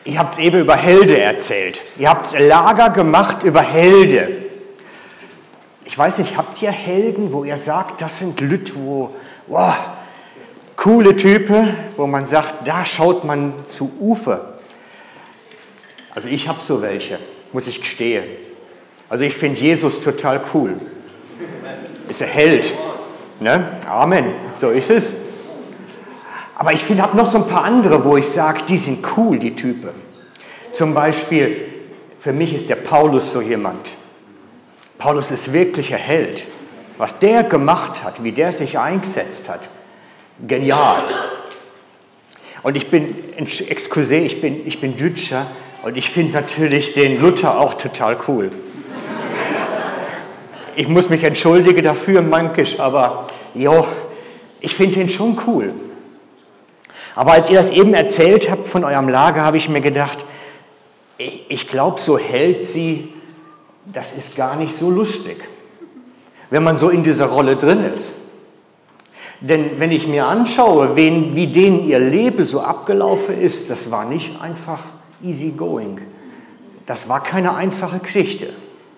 Ihr habt eben über Helde erzählt. Ihr habt Lager gemacht über Helde. Ich weiß nicht, habt ihr Helden, wo ihr sagt, das sind Leute, wow, coole Typen, wo man sagt, da schaut man zu Ufer. Also ich habe so welche, muss ich gestehen. Also ich finde Jesus total cool. Ist ein Held. Ne? Amen, so ist es. Aber ich habe noch so ein paar andere, wo ich sage, die sind cool, die Typen. Zum Beispiel, für mich ist der Paulus so jemand. Paulus ist wirklich ein Held. Was der gemacht hat, wie der sich eingesetzt hat, genial. Und ich bin Deutscher und ich finde natürlich den Luther auch total cool. Ich muss mich entschuldigen dafür, mankisch, aber jo, ich finde den schon cool. Aber als ihr das eben erzählt habt von eurem Lager, habe ich mir gedacht, ich glaube, so hält sie, das ist gar nicht so lustig, wenn man so in dieser Rolle drin ist. Denn wenn ich mir anschaue, wie denen ihr Leben so abgelaufen ist, das war nicht einfach easy going. Das war keine einfache Geschichte.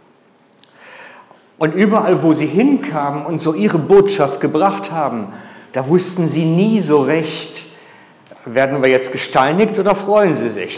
Und überall, wo sie hinkamen und so ihre Botschaft gebracht haben, da wussten sie nie so recht, werden wir jetzt gesteinigt oder freuen sie sich?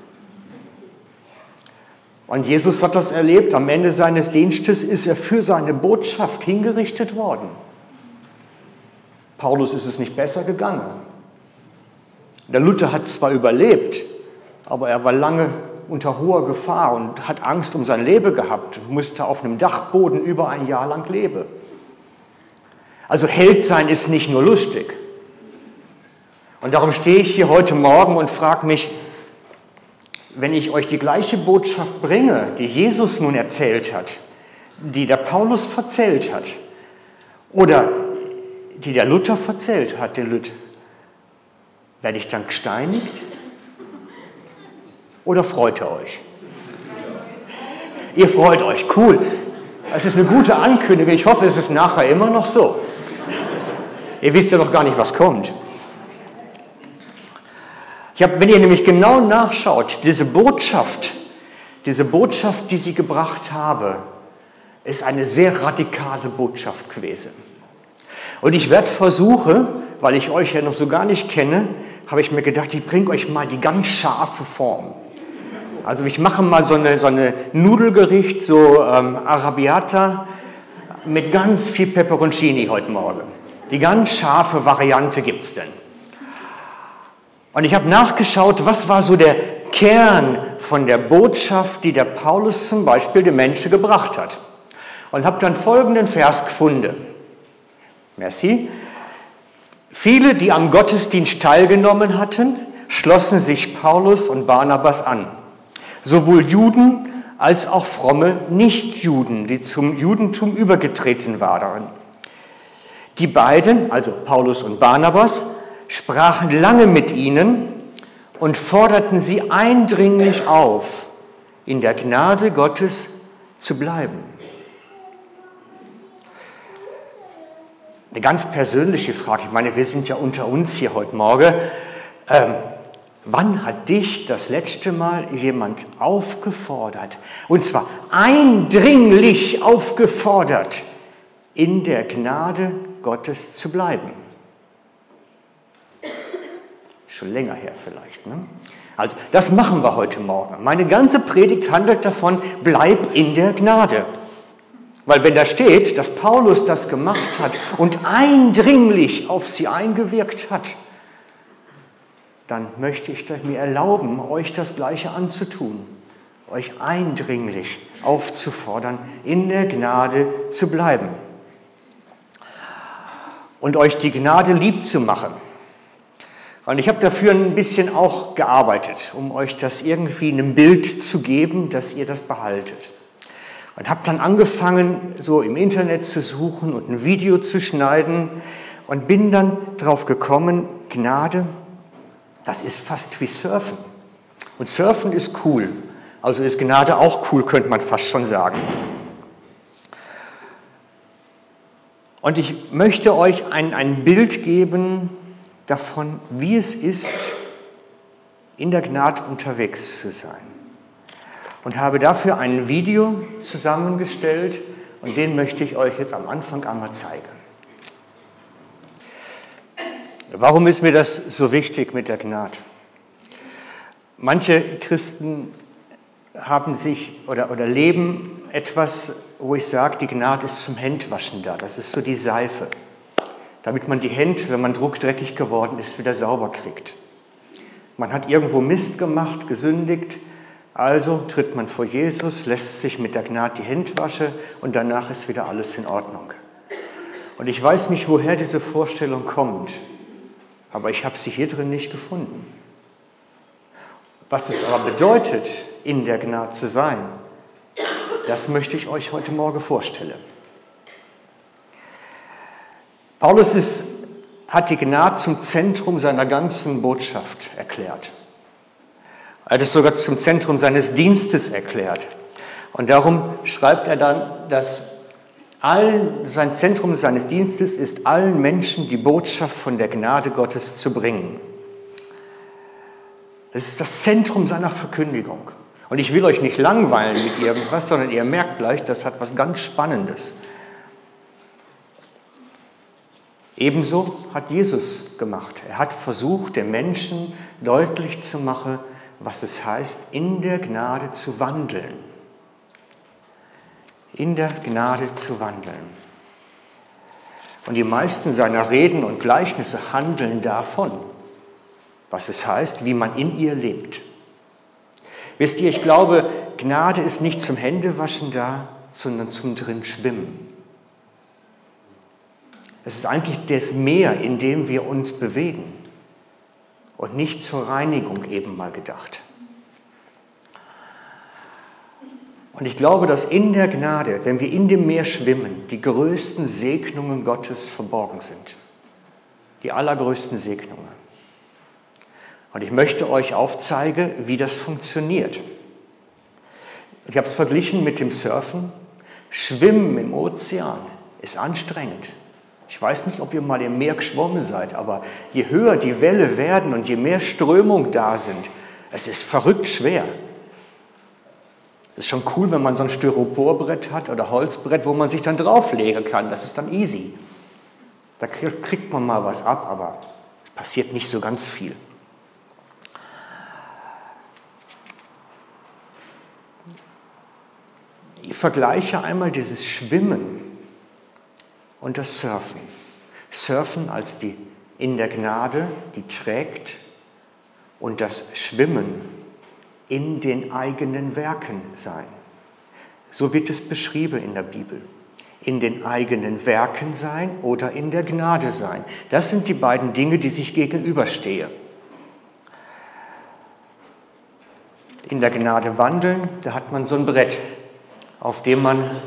Und Jesus hat das erlebt. Am Ende seines Dienstes ist er für seine Botschaft hingerichtet worden. Paulus ist es nicht besser gegangen. Der Luther hat zwar überlebt, aber er war lange unter hoher Gefahr und hat Angst um sein Leben gehabt und musste auf einem Dachboden über ein Jahr lang leben. Also Held sein ist nicht nur lustig. Und darum stehe ich hier heute Morgen und frage mich, wenn ich euch die gleiche Botschaft bringe, die Jesus nun erzählt hat, die der Paulus erzählt hat oder die der Luther erzählt hat, der Lüt, werde ich dann gesteinigt oder freut ihr euch? Ihr freut euch, cool. Das ist eine gute Ankündigung. Ich hoffe, es ist nachher immer noch so. Ihr wisst ja noch gar nicht, was kommt. Wenn ihr nämlich genau nachschaut, diese Botschaft, die sie gebracht habe, ist eine sehr radikale Botschaft gewesen. Und ich werde versuchen, weil ich euch ja noch so gar nicht kenne, habe ich mir gedacht, ich bringe euch mal die ganz scharfe Form. Also ich mache mal so eine Nudelgericht, so Arrabbiata mit ganz viel Peperoncini heute Morgen. Die ganz scharfe Variante gibt es denn. Und ich habe nachgeschaut, was war so der Kern von der Botschaft, die der Paulus zum Beispiel den Menschen gebracht hat. Und habe dann folgenden Vers gefunden. Merci. Viele, die am Gottesdienst teilgenommen hatten, schlossen sich Paulus und Barnabas an. Sowohl Juden als auch fromme Nichtjuden, die zum Judentum übergetreten waren. Die beiden, also Paulus und Barnabas, sprachen lange mit ihnen und forderten sie eindringlich auf, in der Gnade Gottes zu bleiben. Eine ganz persönliche Frage, ich meine, wir sind ja unter uns hier heute Morgen. Wann hat dich das letzte Mal jemand aufgefordert, und zwar eindringlich aufgefordert, in der Gnade Gottes zu bleiben? Schon länger her vielleicht. Ne? Also das machen wir heute Morgen. Meine ganze Predigt handelt davon, bleib in der Gnade. Weil wenn da steht, dass Paulus das gemacht hat und eindringlich auf sie eingewirkt hat, dann möchte ich mir erlauben, euch das Gleiche anzutun. Euch eindringlich aufzufordern, in der Gnade zu bleiben. Und euch die Gnade lieb zu machen. Und ich habe dafür ein bisschen auch gearbeitet, um euch das irgendwie in einem Bild zu geben, dass ihr das behaltet. Und habe dann angefangen, so im Internet zu suchen und ein Video zu schneiden und bin dann drauf gekommen, Gnade, das ist fast wie Surfen. Und Surfen ist cool. Also ist Gnade auch cool, könnte man fast schon sagen. Und ich möchte euch ein Bild geben davon, wie es ist, in der Gnade unterwegs zu sein. Und habe dafür ein Video zusammengestellt und den möchte ich euch jetzt am Anfang einmal zeigen. Warum ist mir das so wichtig mit der Gnade? Manche Christen haben sich oder leben etwas, wo ich sage, die Gnade ist zum Händwaschen da. Das ist so die Seife, damit man die Hände, wenn man druckdreckig geworden ist, wieder sauber kriegt. Man hat irgendwo Mist gemacht, gesündigt, also tritt man vor Jesus, lässt sich mit der Gnade die Hände waschen und danach ist wieder alles in Ordnung. Und ich weiß nicht, woher diese Vorstellung kommt, aber ich habe sie hier drin nicht gefunden. Was es aber bedeutet, in der Gnade zu sein, das möchte ich euch heute Morgen vorstellen. Paulus hat die Gnade zum Zentrum seiner ganzen Botschaft erklärt. Er hat es sogar zum Zentrum seines Dienstes erklärt. Und darum schreibt er dann, dass sein Zentrum seines Dienstes ist, allen Menschen die Botschaft von der Gnade Gottes zu bringen. Das ist das Zentrum seiner Verkündigung. Und ich will euch nicht langweilen mit irgendwas, sondern ihr merkt gleich, das hat was ganz Spannendes. Ebenso hat Jesus gemacht. Er hat versucht, den Menschen deutlich zu machen, was es heißt, in der Gnade zu wandeln. In der Gnade zu wandeln. Und die meisten seiner Reden und Gleichnisse handeln davon, was es heißt, wie man in ihr lebt. Wisst ihr, ich glaube, Gnade ist nicht zum Händewaschen da, sondern zum Drinschwimmen. Es ist eigentlich das Meer, in dem wir uns bewegen und nicht zur Reinigung eben mal gedacht. Und ich glaube, dass in der Gnade, wenn wir in dem Meer schwimmen, die größten Segnungen Gottes verborgen sind. Die allergrößten Segnungen. Und ich möchte euch aufzeigen, wie das funktioniert. Ich habe es verglichen mit dem Surfen. Schwimmen im Ozean ist anstrengend. Ich weiß nicht, ob ihr mal im Meer geschwommen seid, aber je höher die Wellen werden und je mehr Strömung da sind, es ist verrückt schwer. Es ist schon cool, wenn man so ein Styroporbrett hat oder Holzbrett, wo man sich dann drauflegen kann. Das ist dann easy. Da kriegt man mal was ab, aber es passiert nicht so ganz viel. Ich vergleiche einmal dieses Schwimmen und das Surfen. Surfen als die in der Gnade, die trägt, und das Schwimmen in den eigenen Werken sein. So wird es beschrieben in der Bibel. In den eigenen Werken sein oder in der Gnade sein. Das sind die beiden Dinge, die sich gegenüberstehen. In der Gnade wandeln, da hat man so ein Brett, auf dem man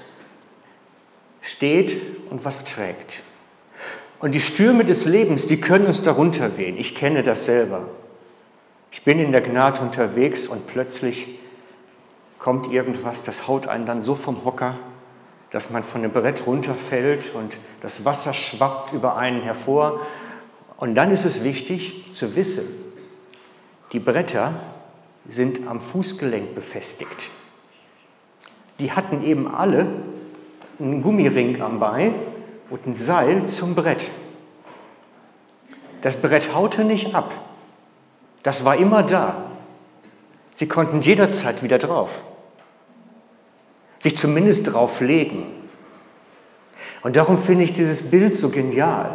steht und was trägt. Und die Stürme des Lebens, die können uns darunter wehen. Ich kenne das selber. Ich bin in der Gnade unterwegs und plötzlich kommt irgendwas, das haut einen dann so vom Hocker, dass man von dem Brett runterfällt und das Wasser schwappt über einen hervor. Und dann ist es wichtig zu wissen, die Bretter sind am Fußgelenk befestigt. Die hatten eben alle einen Gummiring am Bein und ein Seil zum Brett. Das Brett haute nicht ab. Das war immer da. Sie konnten jederzeit wieder drauf. Sich zumindest drauf legen. Und darum finde ich dieses Bild so genial.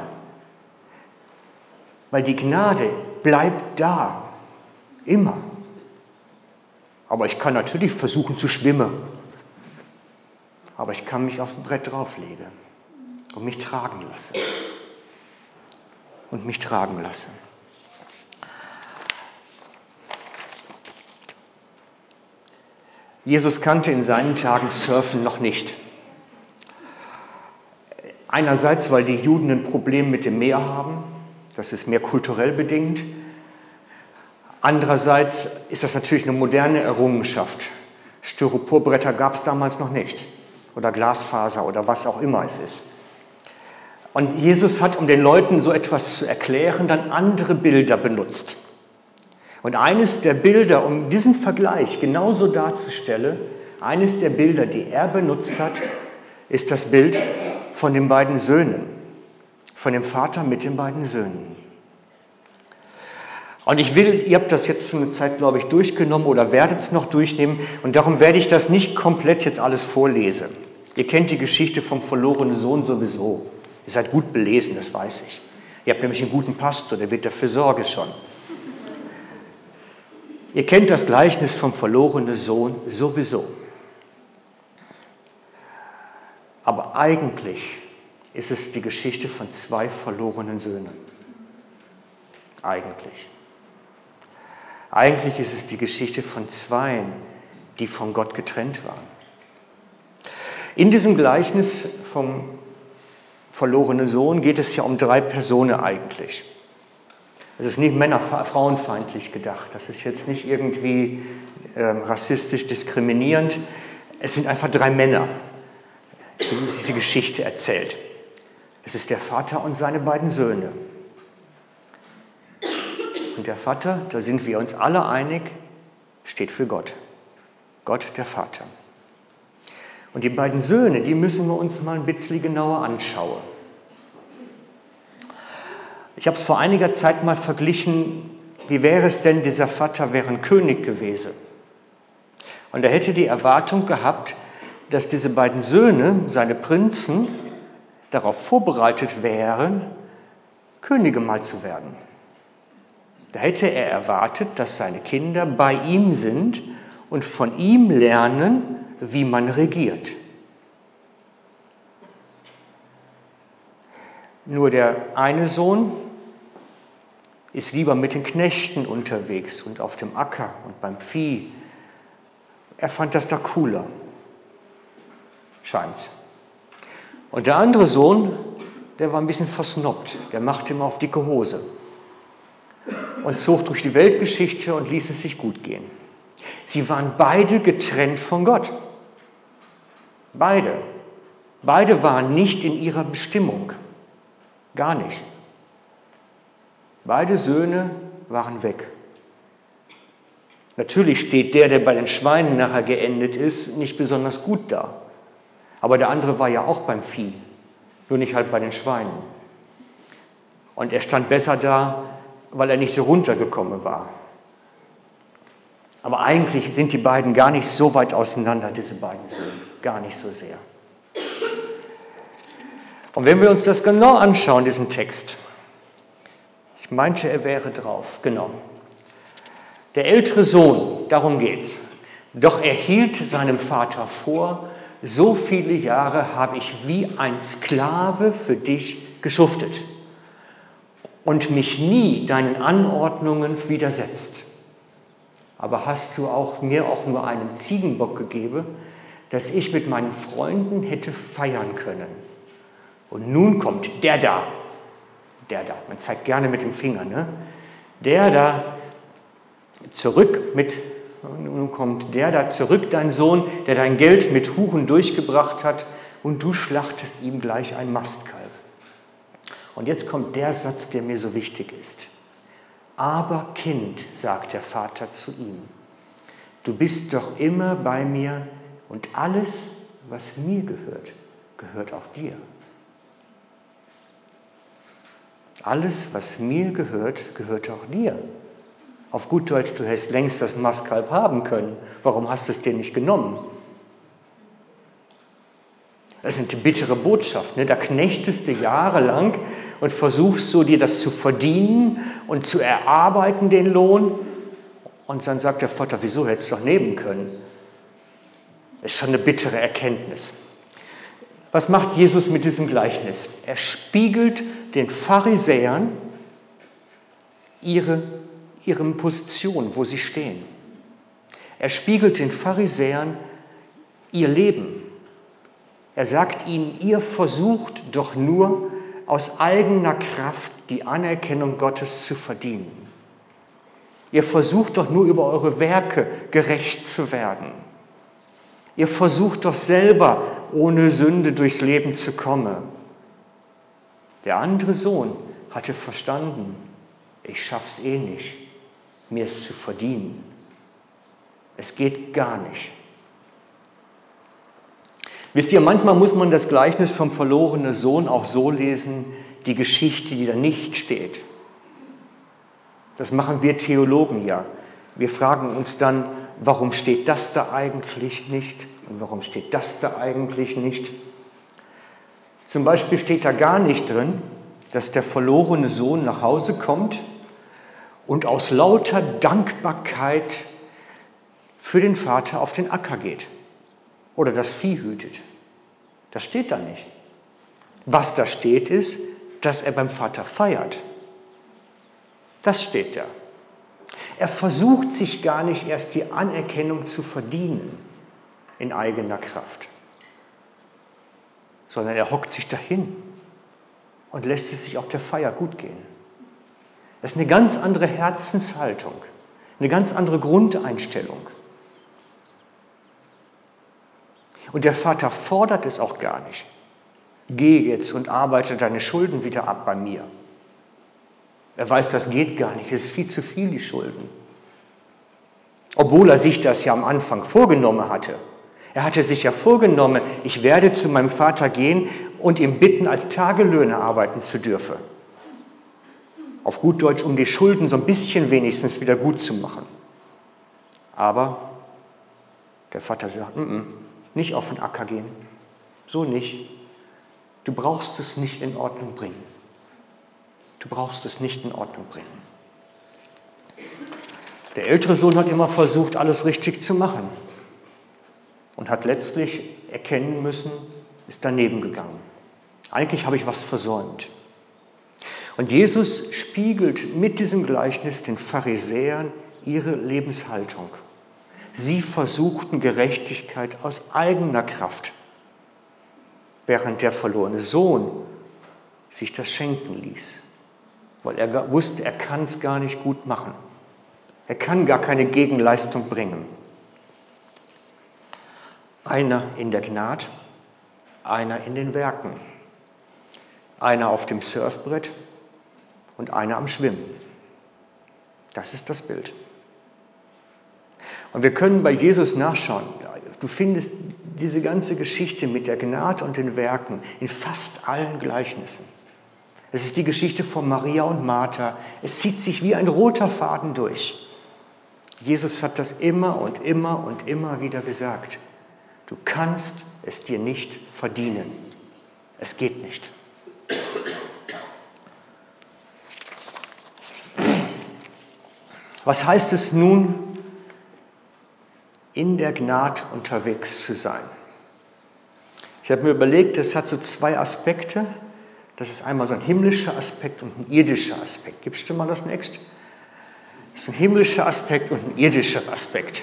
Weil die Gnade bleibt da. Immer. Aber ich kann natürlich versuchen zu schwimmen. Aber ich kann mich aufs Brett drauflegen und mich tragen lassen. Und mich tragen lassen. Jesus kannte in seinen Tagen Surfen noch nicht. Einerseits, weil die Juden ein Problem mit dem Meer haben. Das ist mehr kulturell bedingt. Andererseits ist das natürlich eine moderne Errungenschaft. Styroporbretter gab es damals noch nicht. Oder Glasfaser oder was auch immer es ist. Und Jesus hat, um den Leuten so etwas zu erklären, dann andere Bilder benutzt. Und eines der Bilder, um diesen Vergleich genauso darzustellen, eines der Bilder, die er benutzt hat, ist das Bild von den beiden Söhnen, von dem Vater mit den beiden Söhnen. Und ihr habt das jetzt schon eine Zeit, glaube ich, durchgenommen oder werdet es noch durchnehmen und darum werde ich das nicht komplett jetzt alles vorlesen. Ihr kennt die Geschichte vom verlorenen Sohn sowieso. Ihr seid gut belesen, das weiß ich. Ihr habt nämlich einen guten Pastor, der wird dafür sorgen schon. Ihr kennt das Gleichnis vom verlorenen Sohn sowieso. Aber eigentlich ist es die Geschichte von zwei verlorenen Söhnen. Eigentlich ist es die Geschichte von Zweien, die von Gott getrennt waren. In diesem Gleichnis vom verlorenen Sohn geht es ja um 3 Personen eigentlich. Es ist nicht frauenfeindlich gedacht. Das ist jetzt nicht irgendwie rassistisch diskriminierend. Es sind einfach 3 Männer, die diese Geschichte erzählt. Es ist der Vater und seine beiden Söhne. Und der Vater, da sind wir uns alle einig, steht für Gott. Gott, der Vater. Und die beiden Söhne, die müssen wir uns mal ein bisschen genauer anschauen. Ich habe es vor einiger Zeit mal verglichen, wie wäre es denn, dieser Vater wäre ein König gewesen. Und er hätte die Erwartung gehabt, dass diese beiden Söhne, seine Prinzen, darauf vorbereitet wären, Könige mal zu werden. Da hätte er erwartet, dass seine Kinder bei ihm sind und von ihm lernen, wie man regiert. Nur der eine Sohn ist lieber mit den Knechten unterwegs und auf dem Acker und beim Vieh. Er fand das da cooler, scheint's. Und der andere Sohn, der war ein bisschen versnobbt, der machte immer auf dicke Hose und zog durch die Weltgeschichte und ließ es sich gut gehen. Sie waren beide getrennt von Gott. Beide waren nicht in ihrer Bestimmung. Gar nicht. Beide Söhne waren weg. Natürlich steht der bei den Schweinen nachher geendet ist, nicht besonders gut da. Aber der andere war ja auch beim Vieh, nur nicht halt bei den Schweinen. Und er stand besser da, weil er nicht so runtergekommen war. Aber eigentlich sind die beiden gar nicht so weit auseinander, diese beiden Söhne. Gar nicht so sehr. Und wenn wir uns das genau anschauen, diesen Text, ich meinte, er wäre drauf, genau. Der ältere Sohn, darum geht's. Doch er hielt seinem Vater vor, so viele Jahre habe ich wie ein Sklave für dich geschuftet und mich nie deinen Anordnungen widersetzt. Aber hast du mir auch nur einen Ziegenbock gegeben, dass ich mit meinen Freunden hätte feiern können. Und nun kommt der da, man zeigt gerne mit dem Finger, ne? Nun kommt der da zurück, dein Sohn, der dein Geld mit Huren durchgebracht hat, und du schlachtest ihm gleich ein Mastkalb. Und jetzt kommt der Satz, der mir so wichtig ist. Aber Kind, sagt der Vater zu ihm, du bist doch immer bei mir und alles, was mir gehört, gehört auch dir. Alles, was mir gehört, gehört auch dir. Auf gut Deutsch, du hättest längst das Mastkalb haben können. Warum hast du es dir nicht genommen? Das ist eine bittere Botschaft. Ne? Da knechtest du jahrelang und versuchst so, dir das zu verdienen und zu erarbeiten, den Lohn. Und dann sagt der Vater, wieso hättest du doch nehmen können? Das ist schon eine bittere Erkenntnis. Was macht Jesus mit diesem Gleichnis? Er spiegelt den Pharisäern ihre Position, wo sie stehen. Er spiegelt den Pharisäern ihr Leben. Er sagt ihnen, ihr versucht doch nur aus eigener Kraft die Anerkennung Gottes zu verdienen. Ihr versucht doch nur über eure Werke gerecht zu werden. Ihr versucht doch selber ohne Sünde durchs Leben zu kommen. Der andere Sohn hatte verstanden, ich schaff's eh nicht. mir es zu verdienen. Es geht gar nicht. Wisst ihr, manchmal muss man das Gleichnis vom verlorenen Sohn auch so lesen, die Geschichte, die da nicht steht. Das machen wir Theologen ja. Wir fragen uns dann, warum steht das da eigentlich nicht und warum steht das da eigentlich nicht? Zum Beispiel steht da gar nicht drin, dass der verlorene Sohn nach Hause kommt und aus lauter Dankbarkeit für den Vater auf den Acker geht oder das Vieh hütet. Das steht da nicht. Was da steht ist, dass er beim Vater feiert. Das steht da. Er versucht sich gar nicht erst die Anerkennung zu verdienen in eigener Kraft, sondern er hockt sich dahin und lässt es sich auf der Feier gut gehen. Das ist eine ganz andere Herzenshaltung, eine ganz andere Grundeinstellung. Und der Vater fordert es auch gar nicht. Geh jetzt und arbeite deine Schulden wieder ab bei mir. Er weiß, das geht gar nicht, es ist viel zu viel, die Schulden. Obwohl er sich das ja am Anfang vorgenommen hatte. Er hatte sich ja vorgenommen, ich werde zu meinem Vater gehen und ihm bitten, als Tagelöhner arbeiten zu dürfen. Auf gut Deutsch, um die Schulden so ein bisschen wenigstens wieder gut zu machen. Aber der Vater sagt, nicht auf den Acker gehen, so nicht. Du brauchst es nicht in Ordnung bringen. Du brauchst es nicht in Ordnung bringen. Der ältere Sohn hat immer versucht, alles richtig zu machen und hat letztlich erkennen müssen, ist daneben gegangen. Eigentlich habe ich was versäumt. Und Jesus spiegelt mit diesem Gleichnis den Pharisäern ihre Lebenshaltung. Sie versuchten Gerechtigkeit aus eigener Kraft, während der verlorene Sohn sich das schenken ließ, weil er wusste, er kann es gar nicht gut machen. Er kann gar keine Gegenleistung bringen. Einer in der Gnade, einer in den Werken, einer auf dem Surfbrett und einer am Schwimmen. Das ist das Bild. Und wir können bei Jesus nachschauen. Du findest diese ganze Geschichte mit der Gnade und den Werken in fast allen Gleichnissen. Es ist die Geschichte von Maria und Martha. Es zieht sich wie ein roter Faden durch. Jesus hat das immer und immer und immer wieder gesagt. Du kannst es dir nicht verdienen. Es geht nicht. Was heißt es nun, in der Gnade unterwegs zu sein? Ich habe mir überlegt, es hat so zwei Aspekte. Das ist einmal so ein himmlischer Aspekt und ein irdischer Aspekt. Gibst du mal das nächste? Das ist ein himmlischer Aspekt und ein irdischer Aspekt.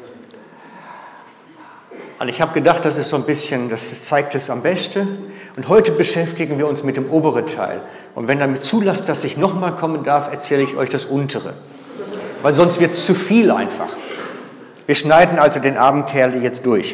Und ich habe gedacht, das ist so ein bisschen, das zeigt es am besten. Und heute beschäftigen wir uns mit dem oberen Teil. Und wenn damit zulasst, dass ich nochmal kommen darf, erzähle ich euch das untere. Weil sonst wird es zu viel einfach. Wir schneiden also den Abendperle jetzt durch.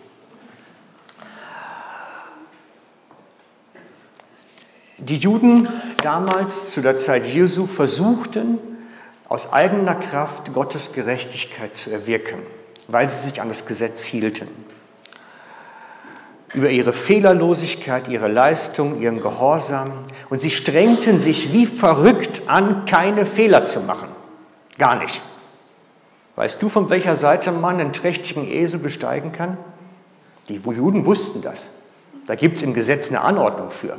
Die Juden damals, zu der Zeit Jesu, versuchten, aus eigener Kraft Gottes Gerechtigkeit zu erwirken, weil sie sich an das Gesetz hielten. Über ihre Fehlerlosigkeit, ihre Leistung, ihren Gehorsam. Und sie strengten sich wie verrückt an, keine Fehler zu machen. Gar nicht. Weißt du, von welcher Seite man einen trächtigen Esel besteigen kann? Die Juden wussten das. Da gibt es im Gesetz eine Anordnung für.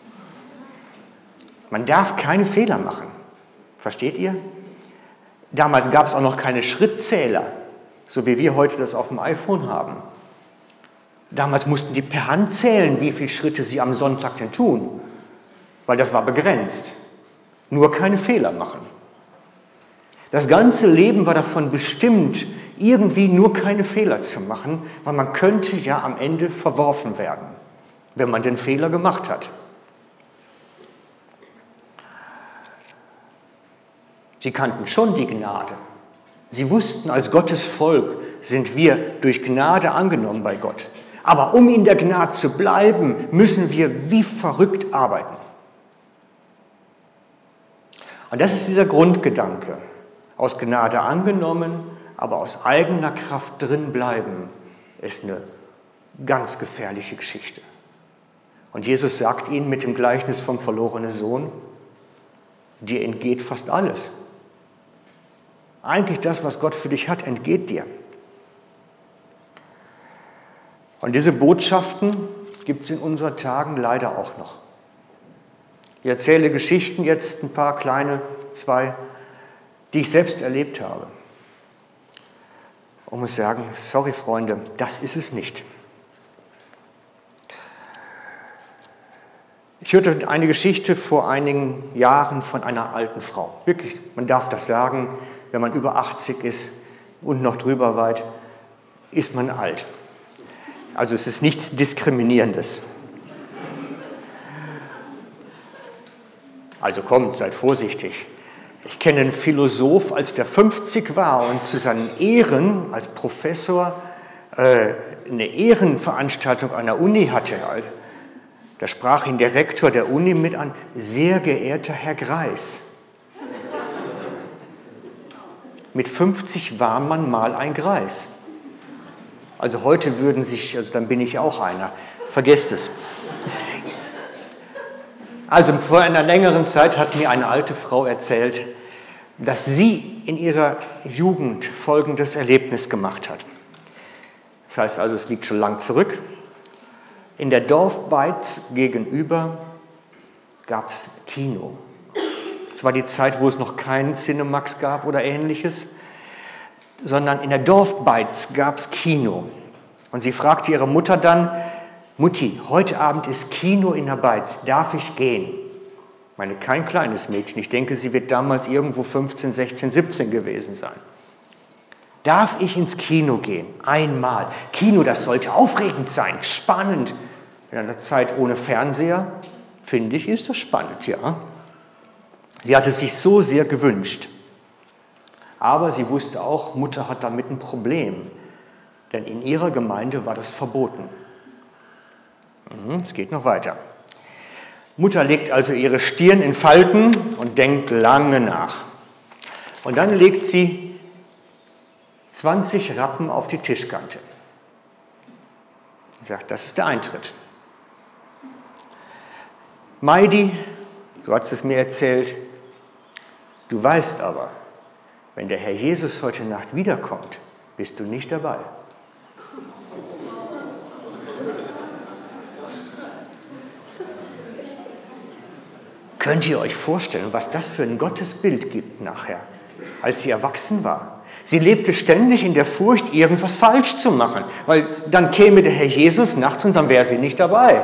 Man darf keine Fehler machen. Versteht ihr? Damals gab es auch noch keine Schrittzähler, so wie wir heute das auf dem iPhone haben. Damals mussten die per Hand zählen, wie viele Schritte sie am Sonntag denn tun, weil das war begrenzt. Nur keine Fehler machen. Das ganze Leben war davon bestimmt, irgendwie nur keine Fehler zu machen, weil man könnte ja am Ende verworfen werden, wenn man den Fehler gemacht hat. Sie kannten schon die Gnade. Sie wussten, als Gottes Volk sind wir durch Gnade angenommen bei Gott. Aber um in der Gnade zu bleiben, müssen wir wie verrückt arbeiten. Und das ist dieser Grundgedanke. Aus Gnade angenommen, aber aus eigener Kraft drin bleiben, ist eine ganz gefährliche Geschichte. Und Jesus sagt ihnen mit dem Gleichnis vom verlorenen Sohn, dir entgeht fast alles. Eigentlich das, was Gott für dich hat, entgeht dir. Und diese Botschaften gibt es in unseren Tagen leider auch noch. Ich erzähle Geschichten, jetzt ein paar kleine, 2, die ich selbst erlebt habe. Und muss sagen, sorry Freunde, das ist es nicht. Ich hörte eine Geschichte vor einigen Jahren von einer alten Frau. Wirklich, man darf das sagen, wenn man über 80 ist und noch drüber weit, ist man alt. Also es ist nichts Diskriminierendes. Also kommt, seid vorsichtig. Ich kenne einen Philosoph, als der 50 war und zu seinen Ehren als Professor eine Ehrenveranstaltung an der Uni hatte. Da sprach ihn der Rektor der Uni mit an, sehr geehrter Herr Greis. Mit 50 war man mal ein Greis. Also heute würden sich, also dann bin ich auch einer. Vergesst es. Also vor einer längeren Zeit hat mir eine alte Frau erzählt, dass sie in ihrer Jugend folgendes Erlebnis gemacht hat. Das heißt also, es liegt schon lang zurück. In der Dorfbeiz gegenüber gab es Kino. Es war die Zeit, wo es noch keinen Cinemax gab oder Ähnliches, sondern in der Dorfbeiz gab es Kino. Und sie fragte ihre Mutter dann, Mutti, heute Abend ist Kino in der Beiz, darf ich gehen? Ich meine, kein kleines Mädchen, ich denke, sie wird damals irgendwo 15, 16, 17 gewesen sein. Darf ich ins Kino gehen? Einmal. Kino, das sollte aufregend sein, spannend. In einer Zeit ohne Fernseher, finde ich, ist das spannend, ja. Sie hatte es sich so sehr gewünscht. Aber sie wusste auch, Mutter hat damit ein Problem. Denn in ihrer Gemeinde war das verboten. Es geht noch weiter. Mutter legt also ihre Stirn in Falten und denkt lange nach. Und dann legt sie 20 Rappen auf die Tischkante. Sie sagt, das ist der Eintritt. Meidi, so hat sie es mir erzählt, du weißt aber, wenn der Herr Jesus heute Nacht wiederkommt, bist du nicht dabei. Könnt ihr euch vorstellen, was das für ein Gottesbild gibt nachher, als sie erwachsen war? Sie lebte ständig in der Furcht, irgendwas falsch zu machen, weil dann käme der Herr Jesus nachts und dann wäre sie nicht dabei.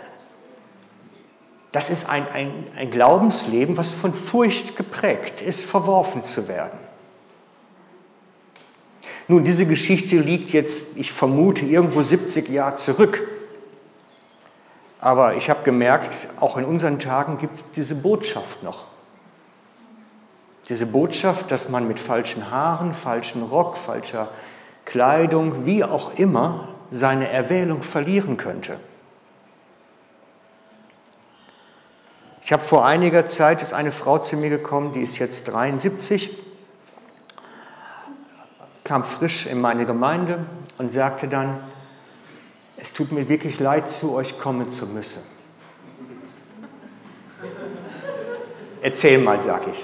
Das ist ein Glaubensleben, was von Furcht geprägt ist, verworfen zu werden. Nun, diese Geschichte liegt jetzt, ich vermute, irgendwo 70 Jahre zurück. Aber ich habe gemerkt, auch in unseren Tagen gibt es diese Botschaft noch. Diese Botschaft, dass man mit falschen Haaren, falschem Rock, falscher Kleidung, wie auch immer, seine Erwählung verlieren könnte. Ich habe vor einiger Zeit, ist eine Frau zu mir gekommen, die ist jetzt 73, kam frisch in meine Gemeinde und sagte dann, es tut mir wirklich leid, zu euch kommen zu müssen. Erzähl mal, sag ich.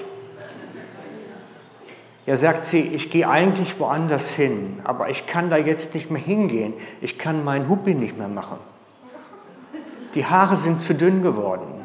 Ja, sagt sie, ich gehe eigentlich woanders hin, aber ich kann da jetzt nicht mehr hingehen. Ich kann meinen Huppi nicht mehr machen. Die Haare sind zu dünn geworden.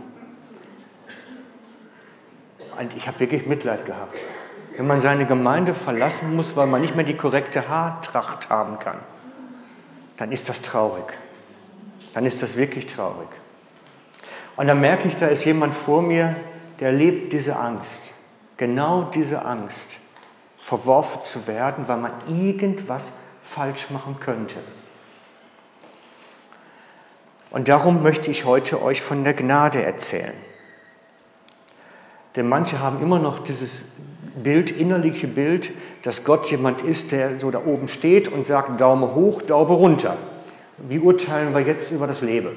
Und ich habe wirklich Mitleid gehabt. Wenn man seine Gemeinde verlassen muss, weil man nicht mehr die korrekte Haartracht haben kann, dann ist das traurig. Dann ist das wirklich traurig. Und dann merke ich, da ist jemand vor mir, der lebt diese Angst. Genau diese Angst, verworfen zu werden, weil man irgendwas falsch machen könnte. Und darum möchte ich heute euch von der Gnade erzählen. Denn manche haben immer noch dieses Bild, innerliche Bild, dass Gott jemand ist, der so da oben steht und sagt, Daumen hoch, Daumen runter. Wie urteilen wir jetzt über das Leben?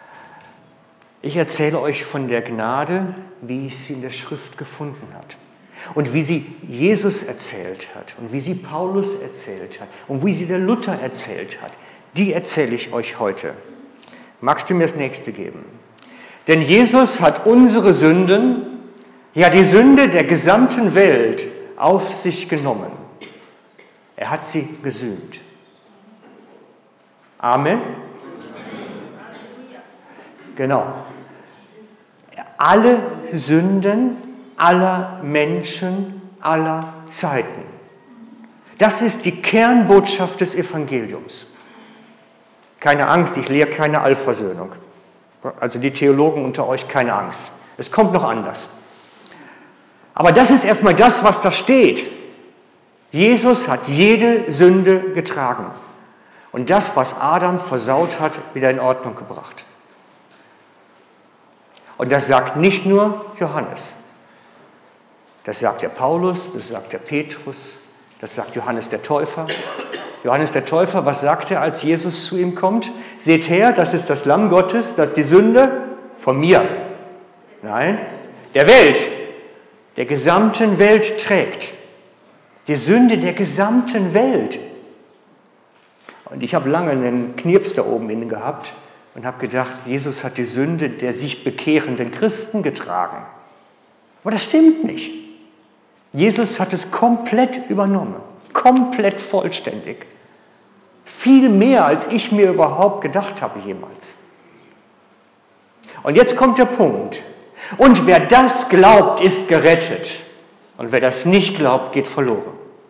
Ich erzähle euch von der Gnade, wie ich sie in der Schrift gefunden habe. Und wie sie Jesus erzählt hat und wie sie Paulus erzählt hat und wie sie der Luther erzählt hat, die erzähle ich euch heute. Magst du mir das nächste geben? Denn Jesus hat unsere Sünden, ja die Sünde der gesamten Welt, auf sich genommen. Er hat sie gesühnt. Amen. Genau. Alle Sünden aller Menschen aller Zeiten. Das ist die Kernbotschaft des Evangeliums. Keine Angst, ich lehre keine Allversöhnung. Also die Theologen unter euch, keine Angst. Es kommt noch anders. Aber das ist erstmal das, was da steht. Jesus hat jede Sünde getragen und das, was Adam versaut hat, wieder in Ordnung gebracht. Und das sagt nicht nur Johannes. Das sagt der Paulus, das sagt der Petrus, das sagt Johannes der Täufer. Johannes der Täufer, was sagt er, als Jesus zu ihm kommt? Seht her, das ist das Lamm Gottes, das die Sünde von mir, nein, der Welt, der gesamten Welt trägt. Die Sünde der gesamten Welt. Und ich habe lange einen Knirps da oben innen gehabt und habe gedacht, Jesus hat die Sünde der sich bekehrenden Christen getragen. Aber das stimmt nicht. Jesus hat es komplett übernommen, komplett vollständig. Viel mehr, als ich mir überhaupt gedacht habe jemals. Und jetzt kommt der Punkt. Und wer das glaubt, ist gerettet. Und wer das nicht glaubt, geht verloren.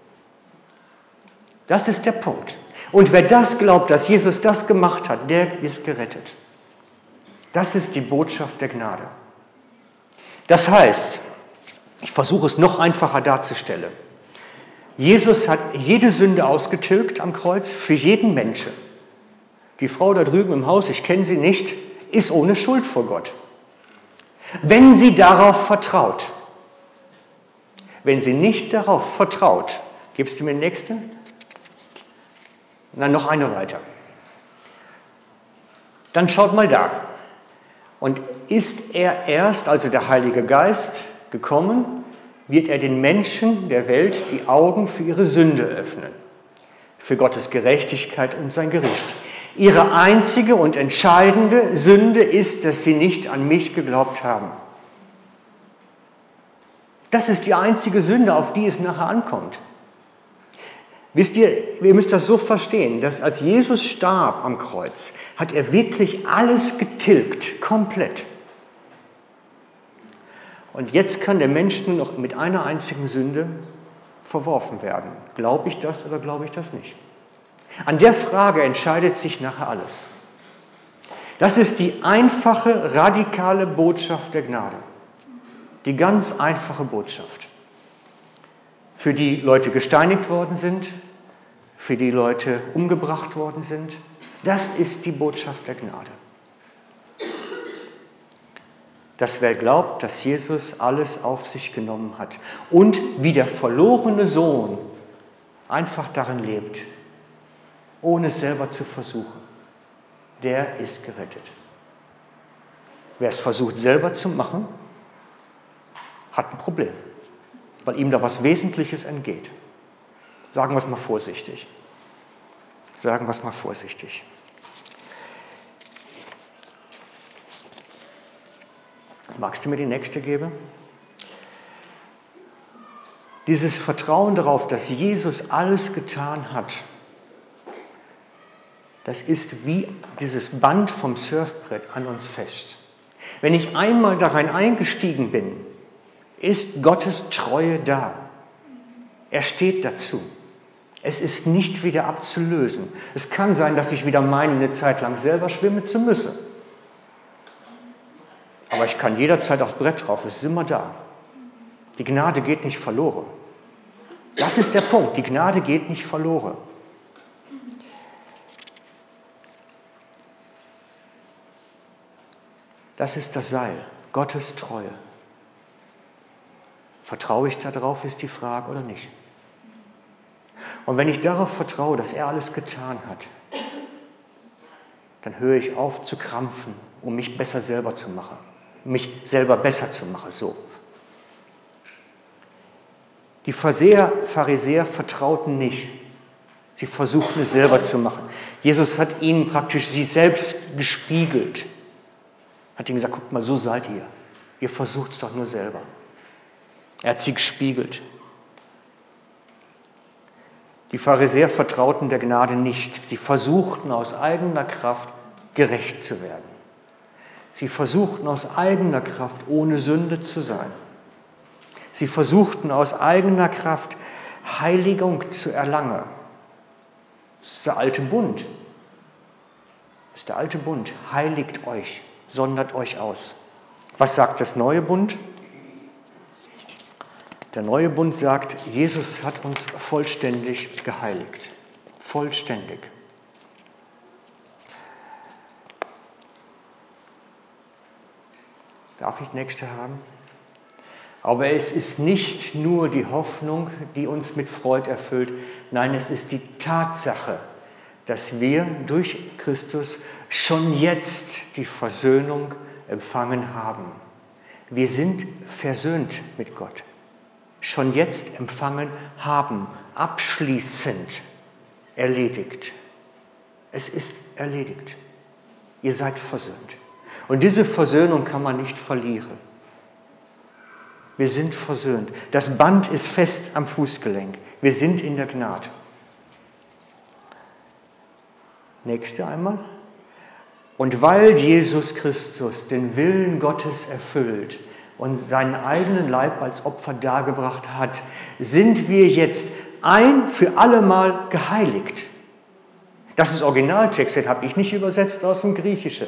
Das ist der Punkt. Und wer das glaubt, dass Jesus das gemacht hat, der ist gerettet. Das ist die Botschaft der Gnade. Das heißt, ich versuche es noch einfacher darzustellen. Jesus hat jede Sünde ausgetilgt am Kreuz für jeden Menschen. Die Frau da drüben im Haus, ich kenne sie nicht, ist ohne Schuld vor Gott. Wenn sie darauf vertraut. Wenn sie nicht darauf vertraut, gibst du mir den nächsten? Dann noch eine weiter. Dann schaut mal da. Und ist er erst, also der Heilige Geist, gekommen, wird er den Menschen der Welt die Augen für ihre Sünde öffnen, für Gottes Gerechtigkeit und sein Gericht. Ihre einzige und entscheidende Sünde ist, dass sie nicht an mich geglaubt haben. Das ist die einzige Sünde, auf die es nachher ankommt. Wisst ihr müsst das so verstehen, dass als Jesus starb am Kreuz, hat er wirklich alles getilgt, komplett. Und jetzt kann der Mensch nur noch mit einer einzigen Sünde verworfen werden. Glaube ich das oder glaube ich das nicht? An der Frage entscheidet sich nachher alles. Das ist die einfache, radikale Botschaft der Gnade. Die ganz einfache Botschaft. Für die Leute gesteinigt worden sind, für die Leute umgebracht worden sind. Das ist die Botschaft der Gnade. Dass wer glaubt, dass Jesus alles auf sich genommen hat und wie der verlorene Sohn einfach darin lebt, ohne es selber zu versuchen, der ist gerettet. Wer es versucht selber zu machen, hat ein Problem, weil ihm da was Wesentliches entgeht. Sagen wir es mal vorsichtig. Sagen wir es mal vorsichtig. Magst du mir die nächste geben? Dieses Vertrauen darauf, dass Jesus alles getan hat, das ist wie dieses Band vom Surfbrett an uns fest. Wenn ich einmal da rein eingestiegen bin, ist Gottes Treue da. Er steht dazu. Es ist nicht wieder abzulösen. Es kann sein, dass ich wieder meine, eine Zeit lang selber schwimmen zu müssen. Aber ich kann jederzeit aufs Brett drauf, es ist immer da. Die Gnade geht nicht verloren. Das ist der Punkt, die Gnade geht nicht verloren. Das ist das Seil, Gottes Treue. Vertraue ich darauf, ist die Frage, oder nicht? Und wenn ich darauf vertraue, dass er alles getan hat, dann höre ich auf zu krampfen, um mich besser selber zu machen. Mich selber besser zu machen, so. Die Pharisäer vertrauten nicht. Sie versuchten es selber zu machen. Jesus hat ihnen praktisch sie selbst gespiegelt. Hat ihnen gesagt, guckt mal, so seid ihr. Ihr versucht es doch nur selber. Er hat sie gespiegelt. Die Pharisäer vertrauten der Gnade nicht. Sie versuchten aus eigener Kraft gerecht zu werden. Sie versuchten aus eigener Kraft ohne Sünde zu sein. Sie versuchten aus eigener Kraft Heiligung zu erlangen. Das ist der alte Bund. Das ist der alte Bund. Heiligt euch, sondert euch aus. Was sagt das neue Bund? Der neue Bund sagt, Jesus hat uns vollständig geheiligt. Vollständig. Darf ich nächste haben? Aber es ist nicht nur die Hoffnung, die uns mit Freude erfüllt. Nein, es ist die Tatsache, dass wir durch Christus schon jetzt die Versöhnung empfangen haben. Wir sind versöhnt mit Gott. Schon jetzt empfangen haben, abschließend erledigt. Es ist erledigt. Ihr seid versöhnt. Und diese Versöhnung kann man nicht verlieren. Wir sind versöhnt. Das Band ist fest am Fußgelenk. Wir sind in der Gnade. Nächste einmal. Und weil Jesus Christus den Willen Gottes erfüllt und seinen eigenen Leib als Opfer dargebracht hat, sind wir jetzt ein für allemal geheiligt. Das ist Originaltext, den habe ich nicht übersetzt aus dem Griechischen.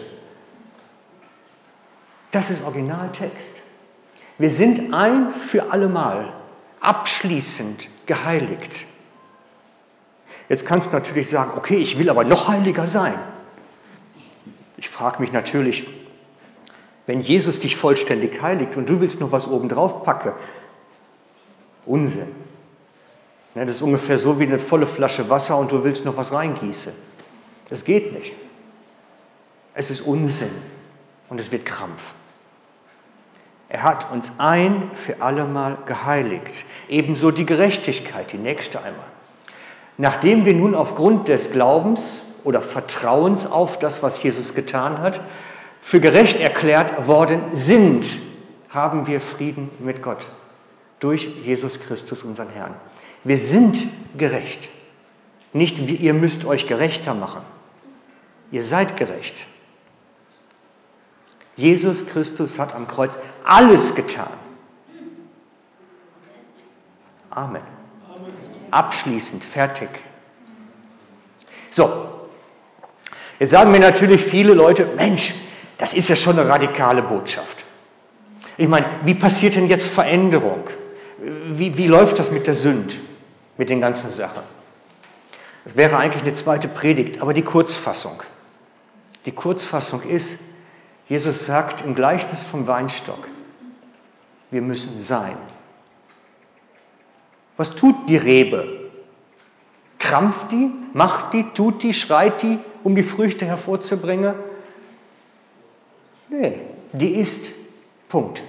Das ist Originaltext. Wir sind ein für allemal, abschließend geheiligt. Jetzt kannst du natürlich sagen, okay, ich will aber noch heiliger sein. Ich frage mich natürlich, wenn Jesus dich vollständig heiligt und du willst noch was obendrauf packen, Unsinn. Das ist ungefähr so wie eine volle Flasche Wasser und du willst noch was reingießen. Das geht nicht. Es ist Unsinn und es wird Krampf. Er hat uns ein für allemal geheiligt. Ebenso die Gerechtigkeit, die nächste einmal. Nachdem wir nun aufgrund des Glaubens oder Vertrauens auf das, was Jesus getan hat, für gerecht erklärt worden sind, haben wir Frieden mit Gott. Durch Jesus Christus, unseren Herrn. Wir sind gerecht. Nicht ihr müsst euch gerechter machen. Ihr seid gerecht. Jesus Christus hat am Kreuz alles getan. Amen. Abschließend, fertig. So, jetzt sagen mir natürlich viele Leute, Mensch, das ist ja schon eine radikale Botschaft. Ich meine, wie passiert denn jetzt Veränderung? Wie läuft das mit der Sünde, mit den ganzen Sachen? Das wäre eigentlich eine zweite Predigt, aber die Kurzfassung. Die Kurzfassung ist, Jesus sagt im Gleichnis vom Weinstock, wir müssen sein. Was tut die Rebe? Krampft die? Macht die? Tut die? Schreit die, um die Früchte hervorzubringen? Nee, die ist. Punkt.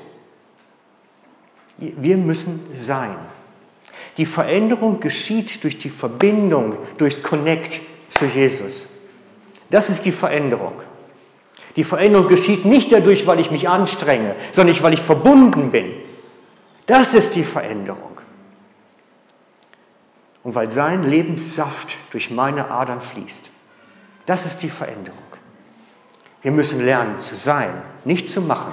Wir müssen sein. Die Veränderung geschieht durch die Verbindung, durch Connect zu Jesus. Das ist die Veränderung. Die Veränderung geschieht nicht dadurch, weil ich mich anstrenge, sondern weil ich verbunden bin. Das ist die Veränderung. Und weil sein Lebenssaft durch meine Adern fließt. Das ist die Veränderung. Wir müssen lernen zu sein, nicht zu machen.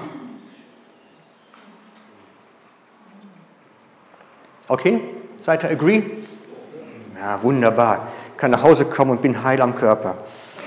Okay? Seid ihr agree? Ja, wunderbar. Ich kann nach Hause kommen und bin heil am Körper.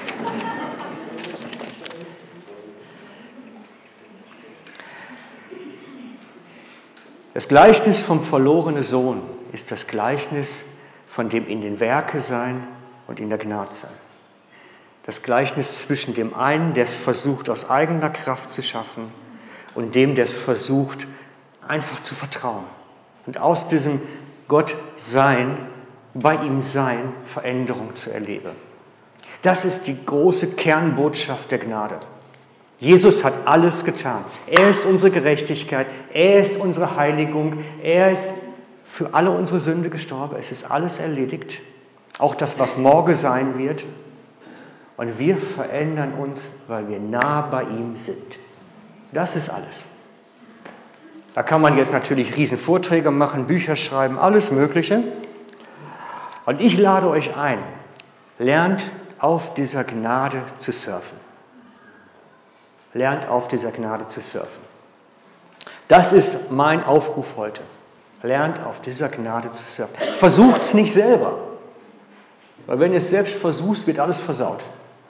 Das Gleichnis vom verlorenen Sohn ist das Gleichnis von dem in den Werke sein und in der Gnade sein. Das Gleichnis zwischen dem einen, der es versucht, aus eigener Kraft zu schaffen, und dem, der es versucht, einfach zu vertrauen. Und aus diesem Gott sein, bei ihm sein, Veränderung zu erleben. Das ist die große Kernbotschaft der Gnade. Jesus hat alles getan. Er ist unsere Gerechtigkeit, er ist unsere Heiligung, er ist für alle unsere Sünde gestorben. Es ist alles erledigt. Auch das, was morgen sein wird. Und wir verändern uns, weil wir nah bei ihm sind. Das ist alles. Da kann man jetzt natürlich riesen Vorträge machen, Bücher schreiben, alles Mögliche. Und ich lade euch ein, lernt auf dieser Gnade zu surfen. Lernt auf dieser Gnade zu surfen. Das ist mein Aufruf heute. Lernt auf dieser Gnade zu surfen. Versucht es nicht selber. Weil wenn ihr es selbst versucht, wird alles versaut.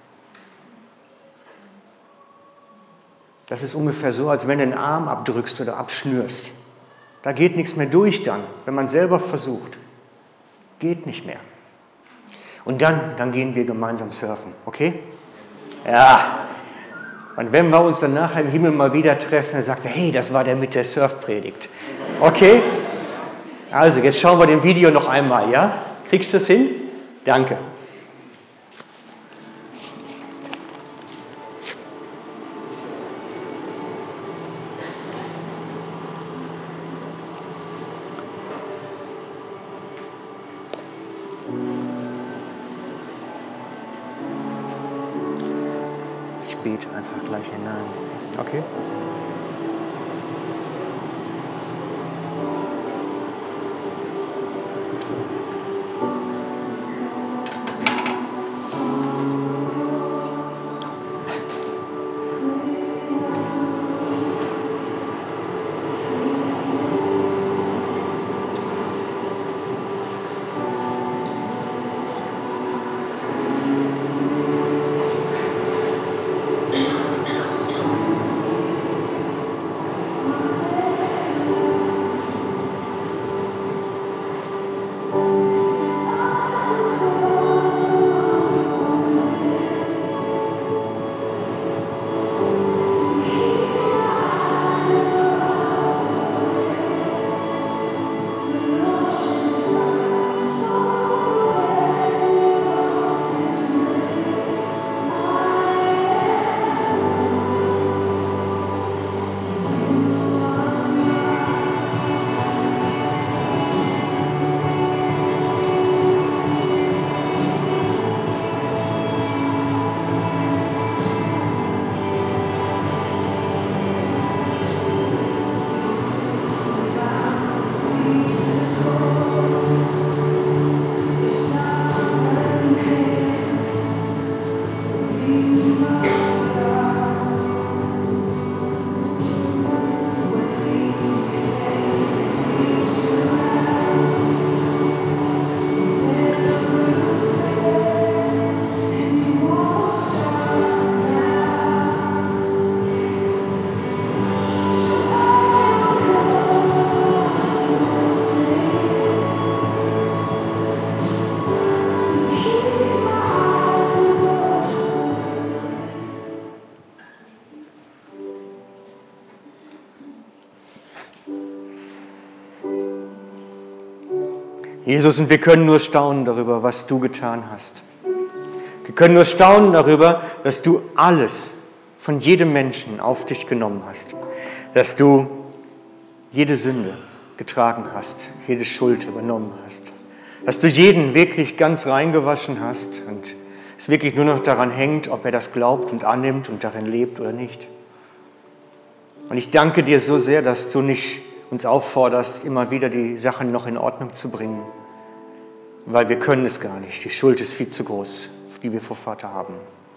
Das ist ungefähr so, als wenn du einen Arm abdrückst oder abschnürst. Da geht nichts mehr durch dann, wenn man selber versucht. Geht nicht mehr. Und dann gehen wir gemeinsam surfen, okay? Ja. Und wenn wir uns dann nachher im Himmel mal wieder treffen, dann sagt er, hey, das war der mit der Surfpredigt. Okay? Also, jetzt schauen wir dem Video noch einmal, ja? Kriegst du es hin? Danke. Ich bete einfach gleich hinein. Okay? Jesus, und wir können nur staunen darüber, was du getan hast. Wir können nur staunen darüber, dass du alles von jedem Menschen auf dich genommen hast. Dass du jede Sünde getragen hast, jede Schuld übernommen hast. Dass du jeden wirklich ganz reingewaschen hast und es wirklich nur noch daran hängt, ob er das glaubt und annimmt und darin lebt oder nicht. Und ich danke dir so sehr, dass du nicht uns aufforderst, immer wieder die Sachen noch in Ordnung zu bringen, weil wir können es gar nicht. Die Schuld ist viel zu groß, die wir vor Vater haben.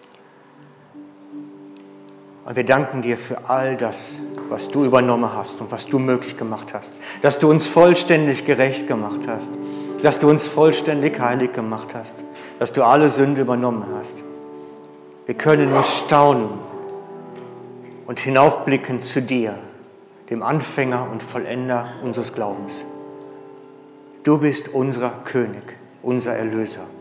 Und wir danken dir für all das, was du übernommen hast und was du möglich gemacht hast. Dass du uns vollständig gerecht gemacht hast. Dass du uns vollständig heilig gemacht hast. Dass du alle Sünde übernommen hast. Wir können nur staunen und hinaufblicken zu dir, dem Anfänger und Vollender unseres Glaubens. Du bist unser König, unser Erlöser.